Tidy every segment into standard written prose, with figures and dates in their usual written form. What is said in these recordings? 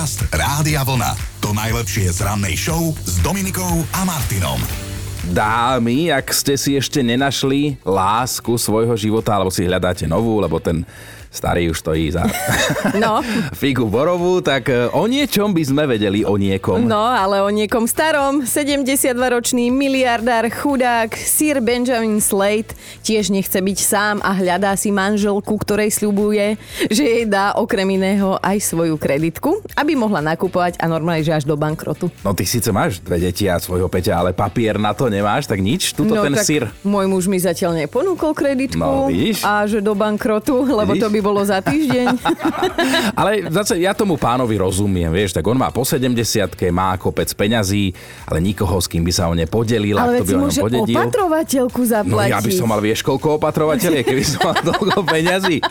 Podcast Rádia Vlna. To najlepšie z rannej show s Dominikou a Martinom. Dámy, ak ste si ešte nenašli lásku svojho života, alebo si hľadáte novú, lebo ten starý už stojí za figu borovú, tak o niečom by sme vedeli, o niekom. No, ale o niekom starom. 72-ročný miliardár chudák Sir Benjamin Slate tiež nechce byť sám a hľadá si manželku, ktorej sľubuje, že jej dá okrem iného aj svoju kreditku, aby mohla nakupovať a normálne, že až do bankrotu. No ty síce máš 2 deti a svojho Peťa, ale papier na to nemáš, tak nič? Tuto ten Sir. Môj muž mi zatiaľ neponúkol kreditku a že do bankrotu, lebo to by bolo za týždeň. Ale zase ja tomu pánovi rozumiem, vieš, tak on má po 70-ke, má kopec peňazí, ale nikoho, s kým by sa o ne podelil, ale ak to by on môže podedil. opatrovateľku zaplatiť. No ja by som mal, vieš, koľko opatrovateľiek, keby som mal toľko peňazí.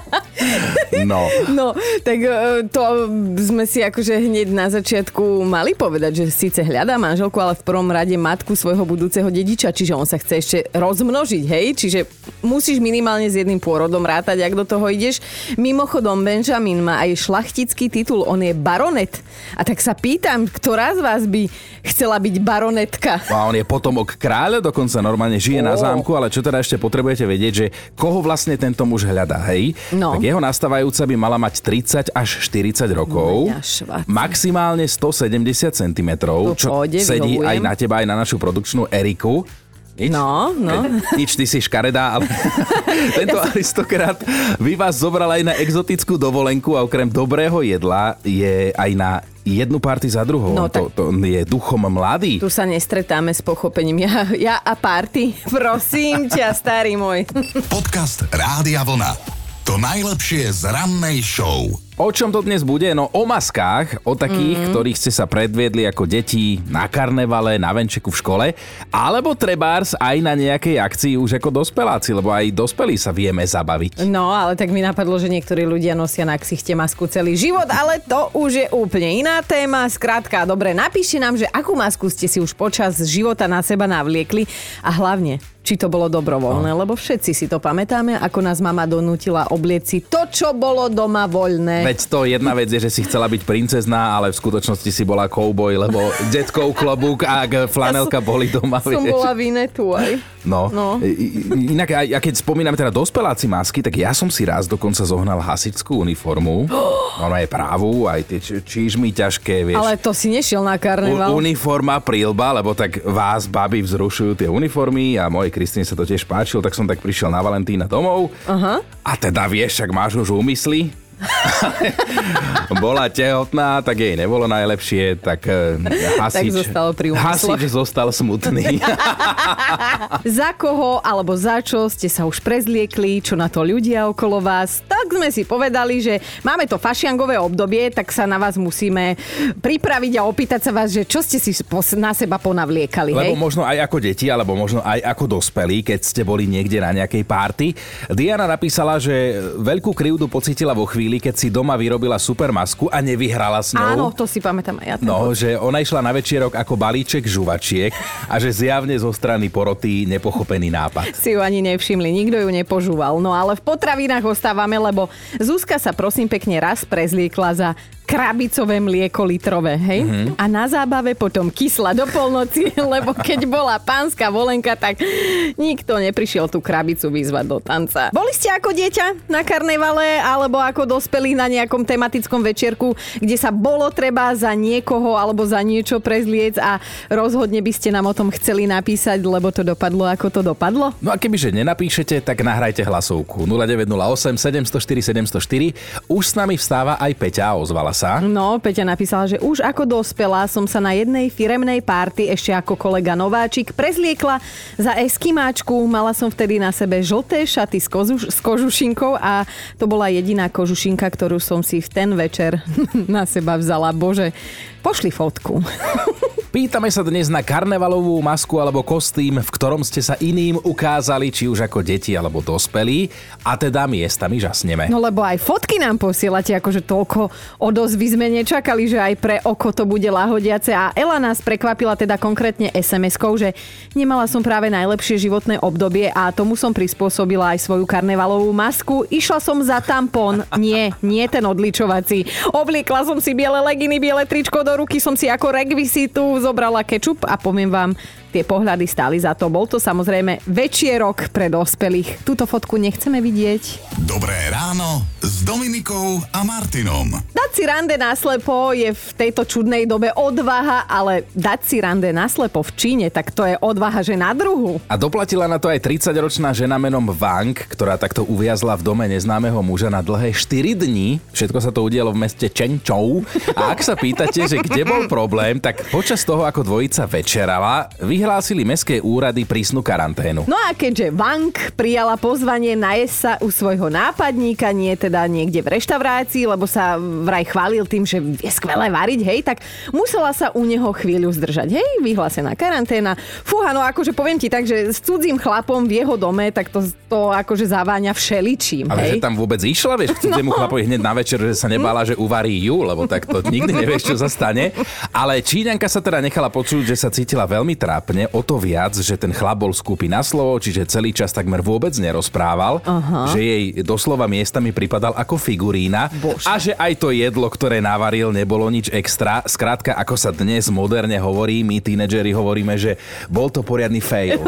No, tak to sme si akože hneď na začiatku mali povedať, že síce hľadá manželku, ale v prvom rade matku svojho budúceho dediča, čiže on sa chce ešte rozmnožiť, hej? Čiže musíš minimálne s jedným pôrodom rátať, ak do toho ideš. Mimochodom, Benjamin má aj šlachtický titul, on je baronet. A tak sa pýtam, ktorá z vás by chcela byť baronetka? A on je potomok kráľa, dokonca normálne žije na zámku, ale čo teda ešte potrebujete vedieť, že koho vlastne tento muž hľadá, hej? No. Tak jeho nastávajúca by mala mať 30 až 40 rokov, maximálne 170 cm, čo sedí aj na teba, aj na našu produkčnú Eriku. Nič? No. Nič, ty si škaredá, ale tento aristokrat by vás zobral aj na exotickú dovolenku a okrem dobrého jedla je aj na jednu party za druhou. No, to je duchom mladý. Tu sa nestretáme s pochopením. Ja a party. Prosím ťa, starý môj. Podcast Rádia Vlna. To najlepšie z rannej show. O čom to dnes bude? No o maskách, o takých, ktorých ste sa predviedli ako deti na karnevale, na venčeku v škole, alebo trebárs aj na nejakej akcii už ako dospeláci, lebo aj dospelí sa vieme zabaviť. No, ale tak mi napadlo, že niektorí ľudia nosia na ksichte masku celý život, ale to už je úplne iná téma. Skrátka, dobre, napíšte nám, že akú masku ste si už počas života na seba navliekli a hlavne, či to bolo dobrovoľné, lebo všetci si to pamätáme, ako nás mama donútila obliec si to, čo bolo doma voľné. Veď to jedna vec je, že si chcela byť princezná, ale v skutočnosti si bola kouboj, lebo detskov klobúk a flanelka boli doma. Som bola Vinetu aj. No. Inak, a keď spomíname teda dospeláci masky, tak ja som si raz dokonca zohnal hasičskú uniformu. Ona je právu, aj tie čížmy ťažké, vieš. Ale to si nešiel na karneval. Uniforma, príľba, lebo tak vás, baby, vzrušujú tie uniformy a mojej Kristine sa to tiež páčilo, tak som tak prišiel na Valentína domov. Aha. A teda vieš, však máš už úmysly. Bola tehotná, tak jej nebolo najlepšie, tak hasič zostal smutný. Za koho alebo za čo ste sa už prezliekli, čo na to ľudia okolo vás? Tak sme si povedali, že máme to fašiangové obdobie, tak sa na vás musíme pripraviť a opýtať sa vás, že čo ste si na seba ponavliekali. Lebo hej? možno aj ako deti, alebo možno aj ako dospelí, keď ste boli niekde na nejakej párty. Diana napísala, že veľkú krivdu pocítila vo chvíli, keď si doma vyrobila super masku a nevyhrala s ňou. Áno, to si pamätám aj ja. No, že ona išla na večierok ako balíček žuvačiek a že zjavne zo strany poroty nepochopený nápad. Si ju ani nevšimli, nikto ju nepožúval. No ale v potravinách ostávame, lebo Zuzka sa prosím pekne raz prezliekla za krabicové mlieko litrové, hej? Mm-hmm. A na zábave potom kysla do polnoci, lebo keď bola pánska volenka, tak nikto neprišiel tú krabicu vyzvať do tanca. Boli ste ako dieťa na karnevale, alebo ako dospelí na nejakom tematickom večierku, kde sa bolo treba za niekoho alebo za niečo prezliec a rozhodne by ste nám o tom chceli napísať, lebo to dopadlo, ako to dopadlo? No a kebyže nenapíšete, tak nahrajte hlasovku 0908 704 704. Už s nami vstáva aj Peťa, ozvala sa. No, Peťa napísala, že už ako dospelá som sa na jednej firemnej párty ešte ako kolega Nováčik prezliekla za eskimáčku. Mala som vtedy na sebe žlté šaty s kožušinkou a to bola jediná kožušinka, ktorú som si v ten večer na seba vzala. Bože, pošli fotku. Pýtame sa dnes na karnevalovú masku alebo kostým, v ktorom ste sa iným ukázali, či už ako deti alebo dospelí, a teda miestami žasneme. No lebo aj fotky nám posielate, akože toľko odozvy sme nečakali, že aj pre oko to bude lahodiace. A Ela nás prekvapila teda konkrétne SMS-kou, že nemala som práve najlepšie životné obdobie a tomu som prispôsobila aj svoju karnevalovú masku. Išla som za tampon, nie ten odličovací. Obliekla som si biele leginy, biele tričko, do ruky som si ako rekvizitu zobrala kečup a poviem vám, tie pohľady stáli za to. Bol to samozrejme večierok pre dospelých. Túto fotku nechceme vidieť. Dobré ráno s Dominikou a Martinom. Dať si rande naslepo je v tejto čudnej dobe odvaha, ale dať si rande naslepo v Číne, tak to je odvaha, že na druhu. A doplatila na to aj 30-ročná žena menom Wang, ktorá takto uviazla v dome neznámeho muža na dlhé 4 dní. Všetko sa to udialo v meste Čenčou. A ak sa pýtate, že kde bol problém, tak počas toho, ako dvojica večerala, vyhlásili mestské úrady prísnu karanténu. No a keďže Wang prijala pozvanie najesť sa u svojho nápadníka, nie teda niekde v reštaurácii, lebo sa vraj chválil tým, že je skvelé variť, hej, tak musela sa u neho chvíľu zdržať. Hej, vyhlásená karanténa. Fúha, no akože poviem ti tak, že s cudzím chlapom v jeho dome, tak to akože zaváňa všeličím. Ale hej? že tam vôbec išla, vieš, k cudziemu chlapovi hneď na večer, že sa nebála, že uvarí ju, lebo tak to nikdy nevieš, čo sa stane. Ale Číňanka sa teda nechala počuť, že sa cítila veľmi trápne, o to viac, že ten chlap bol skúpy na slovo, čiže celý čas takmer vôbec nerozprával, že jej doslova miestami pripadal ako figurína. Bože. A že aj to jedlo, ktoré navaril, nebolo nič extra. Skrátka, ako sa dnes moderne hovorí, my tínedžeri hovoríme, že bol to poriadny fail.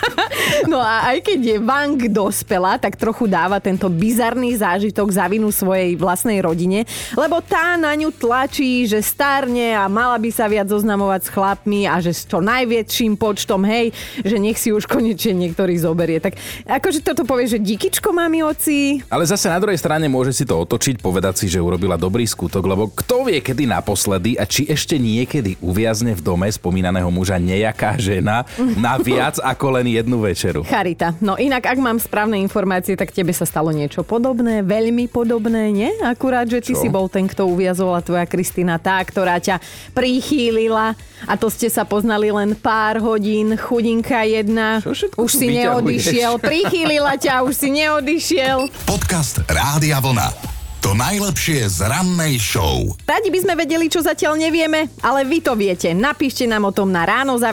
No a aj keď je Wang dospela, tak trochu dáva tento bizarný zážitok za vinu svojej vlastnej rodine, lebo tá na ňu tlačí, že starne a mala by sa viac zoznamovať s chlapmi a že s čo najväčším počtom, hej, že nech si už konečne niektorý zoberie. Tak akože toto povie, že díkičko, mami, oci. Ale zase na druhej strane môže si to otočiť, povedať si, že urobila dobrý skutok, lebo kto vie, kedy naposledy a či ešte niekedy uviazne v dome spomínaného muža nejaká žena na viac ako len jednu večeru. Charita. No inak, ak mám správne informácie, tak tebe sa stalo niečo podobné, veľmi podobné, nie? Akurát, že ty si bol ten, kto uviazovala, tvoja Kristina, tá, ktorá ťa prichýlila a to ste sa poznali len pár hodín, chudinka jedna. Už si neodišiel, prichýlila ťa, už si neodišiel. Podcast Rádia Vlna. To najlepšie z rannej show. Radi by sme vedeli, čo zatiaľ nevieme, ale vy to viete. Napíšte nám o tom na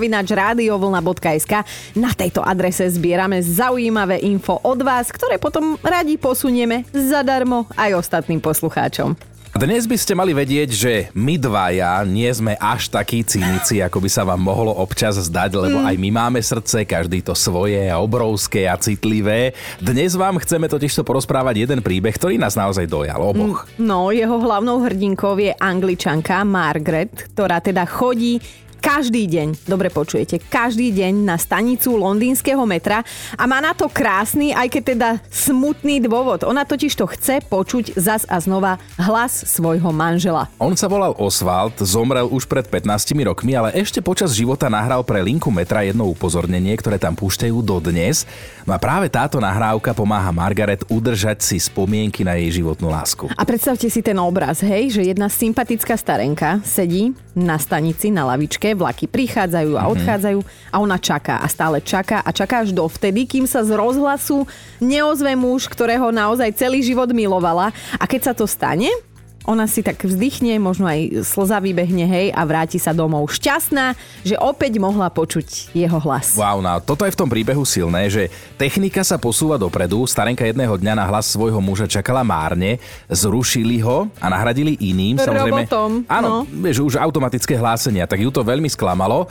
ráno@radiovlna.sk. Na tejto adrese zbierame zaujímavé info od vás, ktoré potom radi posunieme zadarmo aj ostatným poslucháčom. Dnes by ste mali vedieť, že my dvaja nie sme až takí cynici, ako by sa vám mohlo občas zdať, lebo aj my máme srdce, každý to svoje a obrovské a citlivé. Dnes vám chceme totižto porozprávať jeden príbeh, ktorý nás naozaj dojal oboch. No, jeho hlavnou hrdinkou je Angličanka Margaret, ktorá teda chodí každý deň, dobre počujete, každý deň na stanicu londýnskeho metra a má na to krásny, aj keď teda smutný dôvod. Ona totiž to chce počuť zas a znova hlas svojho manžela. On sa volal Oswald, zomrel už pred 15 rokmi, ale ešte počas života nahral pre linku metra jedno upozornenie, ktoré tam púšťajú dodnes. No a práve táto nahrávka pomáha Margaret udržať si spomienky na jej životnú lásku. A predstavte si ten obraz, hej, že jedna sympatická starenka sedí na stanici na lavičke, vlaky prichádzajú a odchádzajú a ona čaká a stále čaká a čaká až dovtedy, kým sa z rozhlasu neozve muž, ktorého naozaj celý život milovala. A keď sa to stane, ona si tak vzdychne, možno aj slza vybehne, hej, a vráti sa domov šťastná, že opäť mohla počuť jeho hlas. Wow, no toto je v tom príbehu silné, že technika sa posúva dopredu, starenka jedného dňa na hlas svojho muža čakala márne, zrušili ho a nahradili iným. Samozrejme, robotom. Áno, vieš, už automatické hlásenia, tak ju to veľmi sklamalo.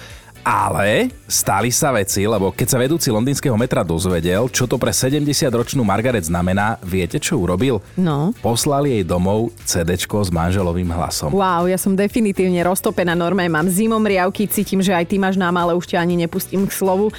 Ale stali sa veci, lebo keď sa vedúci londýnskeho metra dozvedel, čo to pre 70-ročnú Margaret znamená, viete, čo urobil? No. Poslal jej domov CDčko s manželovým hlasom. Wow, ja som definitívne roztopená, normálne mám zimomriavky, cítim, že aj ty máš nám, ale už ťa ani nepustím k slovu.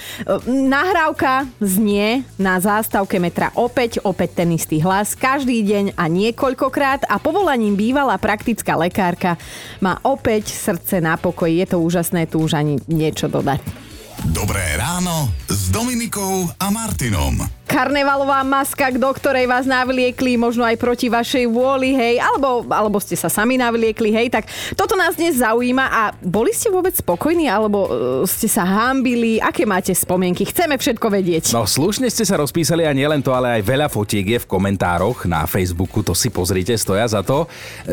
Nahrávka znie na zástavke metra opäť ten istý hlas, každý deň a niekoľkokrát a povolaním bývalá praktická lekárka má opäť srdce na pokoji. Je to úžasné, tu už ani niečo dodať. Dobré ráno s Dominikou a Martinom. karnevalová maska, do ktorej vás navliekli, možno aj proti vašej vôli, hej, alebo ste sa sami navliekli, hej, tak toto nás dnes zaujíma a boli ste vôbec spokojní, alebo ste sa hanbili? Aké máte spomienky? Chceme všetko vedieť. No slušne ste sa rozpísali a nielen to, ale aj veľa fotiek je v komentároch na Facebooku, to si pozrite, stoja za to.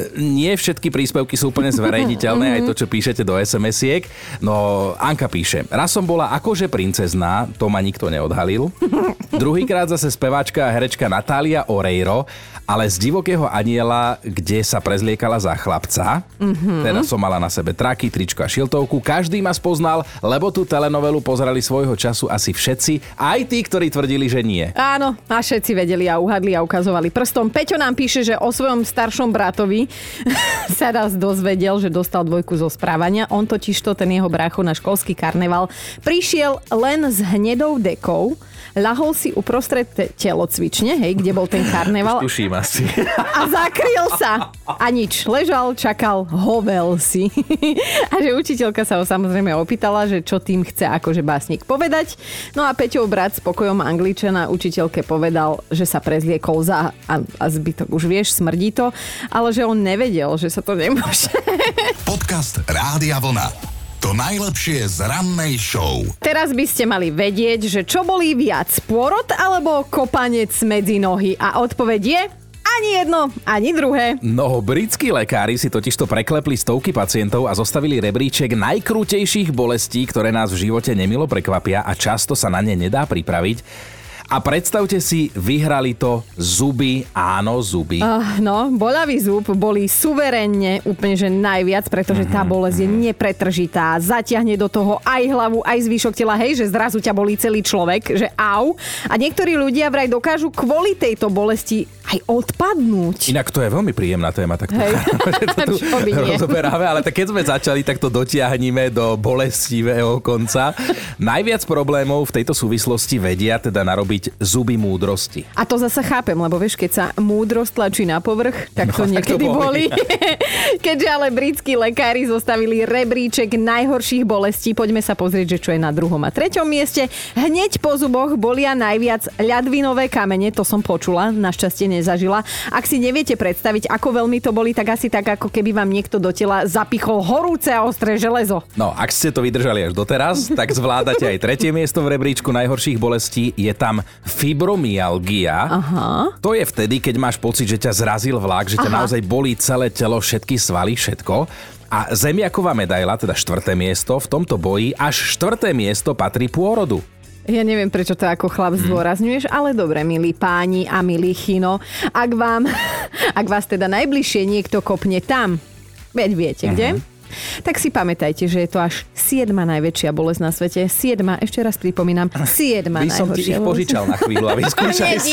Nie všetky príspevky sú úplne zverejniteľné, aj to, čo píšete do SMS-iek. No, Anka píše, raz som bola akože princezná, to ma nikto neodhalil. Druhýkrát zase speváčka a herečka Natália Oreiro, ale z Divokého aniela, kde sa prezliekala za chlapca. Teraz som mala na sebe traky, tričko a šiltovku. Každý ma spoznal, lebo tú telenovelu pozerali svojho času asi všetci, aj tí, ktorí tvrdili, že nie. Áno, a všetci vedeli a uhadli a ukazovali prstom. Peťo nám píše, že o svojom staršom bratovi sa raz dozvedel, že dostal 2 zo správania. On totižto, ten jeho brácho na školský karneval, prišiel len s hnedou dekou, ľahol si uprostred telocvične, hej, kde bol ten karneval. Tuším asi. A zakryl sa. A nič. Ležal, čakal, hovel si. A že učiteľka sa ho samozrejme opýtala, že čo tým chce akože básnik povedať. No a Peťov brat s pokojom Angličana učiteľke povedal, že sa prezliekol za a zbytok už vieš, smrdí to, ale že on nevedel, že sa to nemôže. Podcast Rádia Vlna. To najlepšie z rannej show. Teraz by ste mali vedieť, že čo bolí viac, pôrod alebo kopanec medzi nohy? A odpoveď je ani jedno, ani druhé. No, britskí lekári si totižto preklepli stovky pacientov a zostavili rebríček najkrútejších bolestí, ktoré nás v živote nemilo prekvapia a často sa na ne nedá pripraviť. A predstavte si, vyhrali to zuby, áno, zuby. No, boľavý zub bolí suverénne úplne, že najviac, pretože tá bolesť je nepretržitá. Zatiahne do toho aj hlavu, aj zvyšok tela, hej, že zrazu ťa bolí celý človek, že au. A niektorí ľudia vraj dokážu kvôli tejto bolesti aj odpadnúť. Inak to je veľmi príjemná téma, tak to, že to tu rozoberáme, ale tak keď sme začali, tak to dotiahneme do bolestivého konca. Najviac problémov v tejto súvislosti vedia teda narobiť zuby múdrosti. A to zase chápem, lebo vieš, keď sa múdrosť tlačí na povrch, tak to niekedy bolí. Keďže ale britskí lekári zostavili rebríček najhorších bolestí, poďme sa pozrieť, že čo je na 2. a 3. mieste. Hneď po zuboch bolia najviac ľadvinové kamene, to som počula, našťastie nezažila. Ak si neviete predstaviť, ako veľmi to bolí, tak asi tak, ako keby vám niekto do tela zapichol horúce a ostré železo. No, ak ste to vydržali až doteraz, tak zvládate aj 3. miesto v rebríčku najhorších bolestí. Je tam fibromyalgia. Aha. To je vtedy, keď máš pocit, že ťa zrazil vlak, že ťa naozaj bolí celé telo, všetky svaly, všetko. A zemiaková medaila, teda 4. miesto, v tomto boji až 4. miesto patrí pôrodu. Ja neviem, prečo to ako chlap zdôrazňuješ, ale dobre, milí páni a milí Chino, ak vás teda najbližšie niekto kopne tam, veď viete, kde? Tak si pamätajte, že je to až 7. najväčšia bolesť na svete. 7. Ešte raz pripomínam, 7. najhoršia bolesť. By som ti ich požičal na chvíľu a vyskúšaj si.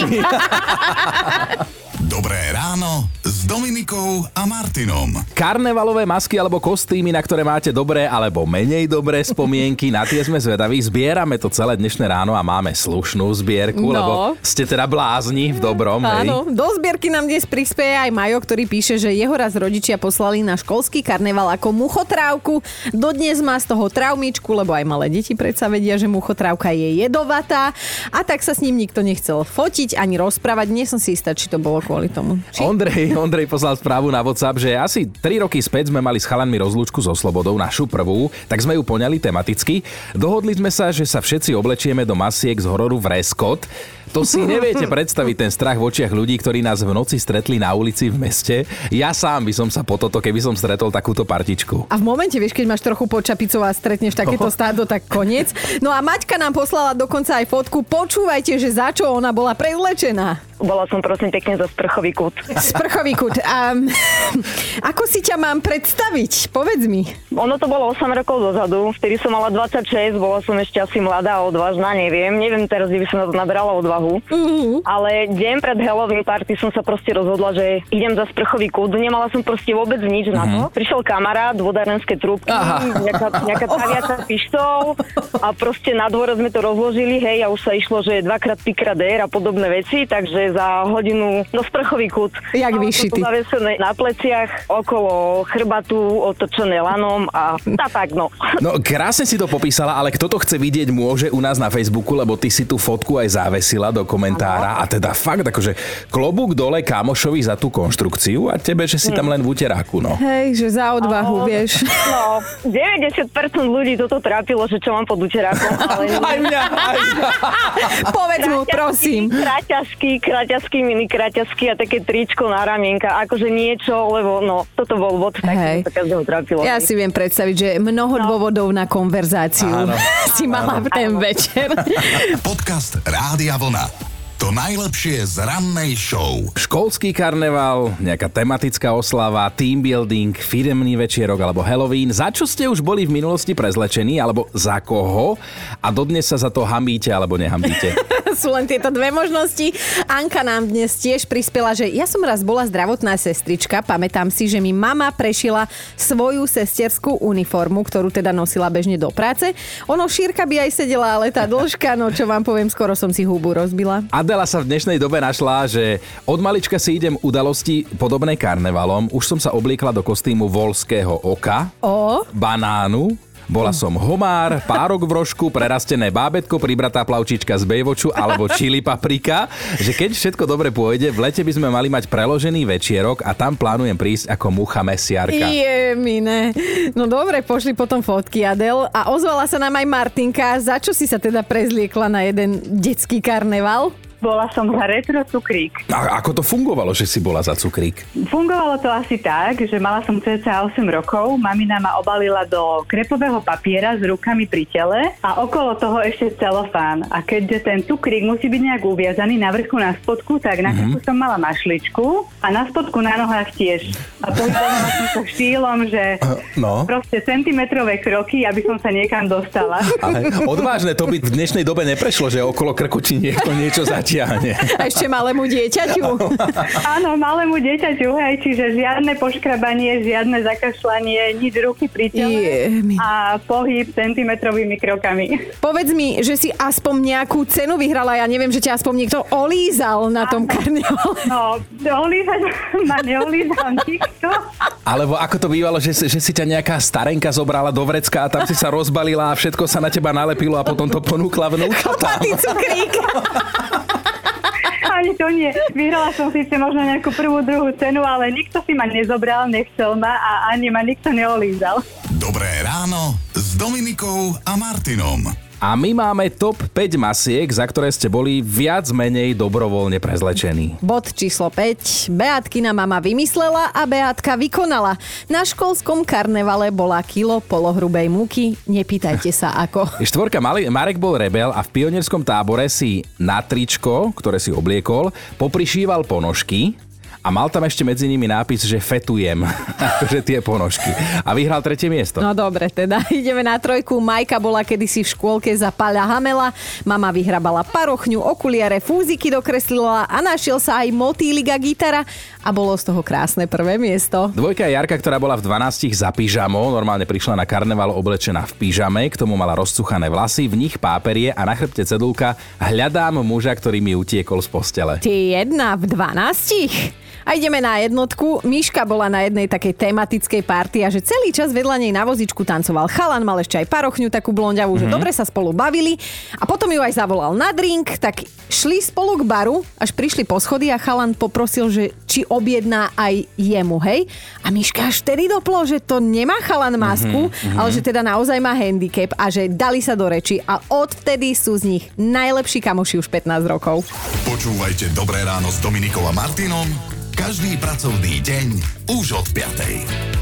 Dobré ráno s Dominikou a Martinom. Karnevalové masky alebo kostýmy, na ktoré máte dobré alebo menej dobré spomienky, na tie sme zvedaví. Zbierame to celé dnešné ráno a máme slušnú zbierku, lebo ste teda blázni v dobrom. Áno, do zbierky nám dnes prispieje aj Majo, ktorý píše, že jeho raz rodičia poslali na školský karneval ako muchotrávku. Dodnes má z toho traumičku, lebo aj malé deti predsa vedia, že muchotrávka je jedovatá. A tak sa s ním nikto nechcel fotiť ani rozprávať. Nie som si istá, či to bolo kvôli tomu. Ondrej poslal správu na WhatsApp, že asi 3 roky späť sme mali s chalanmi rozlúčku so Slobodou, našu prvú, tak sme ju poňali tematicky. Dohodli sme sa, že sa všetci oblečieme do masiek z hororu Vreskot. To si neviete predstaviť, ten strach v očiach ľudí, ktorí nás v noci stretli na ulici v meste. Ja sám by som sa po toto, keby som stretol takúto partičku. A v momente, vieš, keď máš trochu pod čapicou a stretneš takéto stádo, tak koniec. No a Maťka nám poslala dokonca aj fotku. Počúvajte, že za čo ona bola prezlečená. Bola som prosím pekne za sprchový kút. Sprchový kút. Ako si ťa mám predstaviť? Povedz mi. Ono to bolo 8 rokov dozadu, vtedy som mala 26, bola som ešte asi mladá a odvážna, neviem teraz, kde by som na to nabrala odvahu. Ale deň pred Halloween party som sa proste rozhodla, že idem za sprchový kút. Nemala som proste vôbec nič na to. Prišiel kamarát, vodárenské trúbky, nejaká traviaca pištol a proste na dvore sme to rozložili, hej, a už sa išlo, že 2x pi krát a podobné veci, takže že za hodinu do sprchový kút. Jak vyšitý. Zavesené na pleciach, okolo chrbatu, otočené lanom a tak no. No krásne si to popísala, ale kto to chce vidieť, môže u nás na Facebooku, lebo ty si tú fotku aj zavesila do komentára a teda fakt akože klobúk dole kamošovi za tú konštrukciu a tebe, že si tam len v uteráku, no. Hej, že za odvahu, vieš. No, 90% ľudí toto trápilo, že čo mám pod uterákom, ale nie. Aj mňa. Povedz mu, prosím. Kraťasky, mini kraťasky a také tričko na ramienka, akože niečo, lebo no, toto bol bod, tak to každého trápilo. Ja si viem predstaviť, že mnoho dôvodov na konverzáciu si mala v ten večer. Podcast Rádia Vlna. To najlepšie z rannej show. Školský karneval, nejaká tematická oslava, team building, firemný večierok alebo Halloween. Za čo ste už boli v minulosti prezlečení alebo za koho? A dodnes sa za to hambíte alebo nehambíte? Sú len tieto dve možnosti. Anka nám dnes tiež prispela, že ja som raz bola zdravotná sestrička. Pamätám si, že mi mama prešila svoju sesterskú uniformu, ktorú teda nosila bežne do práce. Ono šírka by aj sedela, ale tá dĺžka, no čo vám poviem, skoro som si hubu rozbila. Adela sa v dnešnej dobe našla, že od malička si idem udalosti podobné karnevalom. Už som sa obliekla do kostýmu voľského oka, banánu, bola som homár, párok v rožku, prerastené bábätko, pribratá plavčička z bejvoču alebo čili paprika, že keď všetko dobre pôjde, v lete by sme mali mať preložený večierok a tam plánujem prísť ako mucha mesiarka. Jemine. No dobre, pošli potom fotky, Adel. A ozvala sa nám aj Martinka. Za čo si sa teda prezliekla na jeden detský karneval? Bola som za retro cukrík. A ako to fungovalo, že si bola za cukrík? Fungovalo to asi tak, že mala som cca 8 rokov, mamina ma obalila do krepového papiera s rukami pri tele a okolo toho ešte celofán. A keďže ten cukrík musí byť nejak uviazaný na vrchu, na spodku, tak na krku som mala mašličku a na spodku na nohách tiež. A pohybovala som sa štýlom, že proste centimetrové kroky, aby som sa niekam dostala. Ale odvážne, to by v dnešnej dobe neprešlo, že okolo krku ti niekto niečo zatiahne. A ešte malému dieťaťu. Áno, malému dieťaťu, hej, čiže žiadne poškrabanie, žiadne zakašľanie, nič ruky pri tele a pohyb centimetrovými krokami. Povedz mi, že si aspoň nejakú cenu vyhrala, ja neviem, že ťa aspoň niekto olízal na tom karnevale. No, olízať ma neolízal nikto. Alebo ako to bývalo, že si ťa nejaká starenka zobrala do vrecka a tam si sa rozbalila a všetko sa na teba nalepilo a potom to ponúkla vnúka tam. Chlpatý cukrík. Ani to nie. Vyhrala som síce možno nejakú prvú, druhú cenu, ale nikto si ma nezobral, nechcel ma a ani ma nikto neolízal. Dobré ráno s Dominikou a Martinom. A my máme top 5 masiek, za ktoré ste boli viac menej dobrovoľne prezlečení. Bod číslo 5. Beátkina mama vymyslela a Beátka vykonala. Na školskom karnevale bola kilo polohrubej múky. Nepýtajte sa ako. Štvorka, Marek bol rebel a v pionierskom tábore si na tričko, ktoré si obliekol, poprišíval ponožky. A mal tam ešte medzi nimi nápis, že fetujem. Akože tie ponožky. A vyhral 3. miesto. No dobre, teda ideme na 3. Majka bola kedysi v škôlke za Paľa Hamela. Mama vyhrabala parochňu, okuliare, fúziky dokreslila a našiel sa aj motýlik a gitara. A bolo z toho krásne 1. miesto. 2. Jarka, ktorá bola v 12 za pyžamou. Normálne prišla na karneval oblečená v pyžame. K tomu mala rozcuchané vlasy, v nich páperie a na chrbte cedulka: hľadám muža, ktorý mi utiekol z postele. Ty jedna v 12? A ideme na 1. Miška bola na jednej takej tematickej party a že celý čas vedľa nej na vozičku tancoval chalan, mal ešte aj parochňu takú blonďavú, že dobre sa spolu bavili a potom ju aj zavolal na drink, tak šli spolu k baru, až prišli po schody a chalan poprosil, že či objedná aj jemu, hej? A Miška až vtedy doplo, že to nemá chalan masku, ale že teda naozaj má handicap a že dali sa do reči a odvtedy sú z nich najlepší kamoši už 15 rokov. Počúvajte Dobré ráno s Dominikou a Martinom každý pracovný deň už od 5.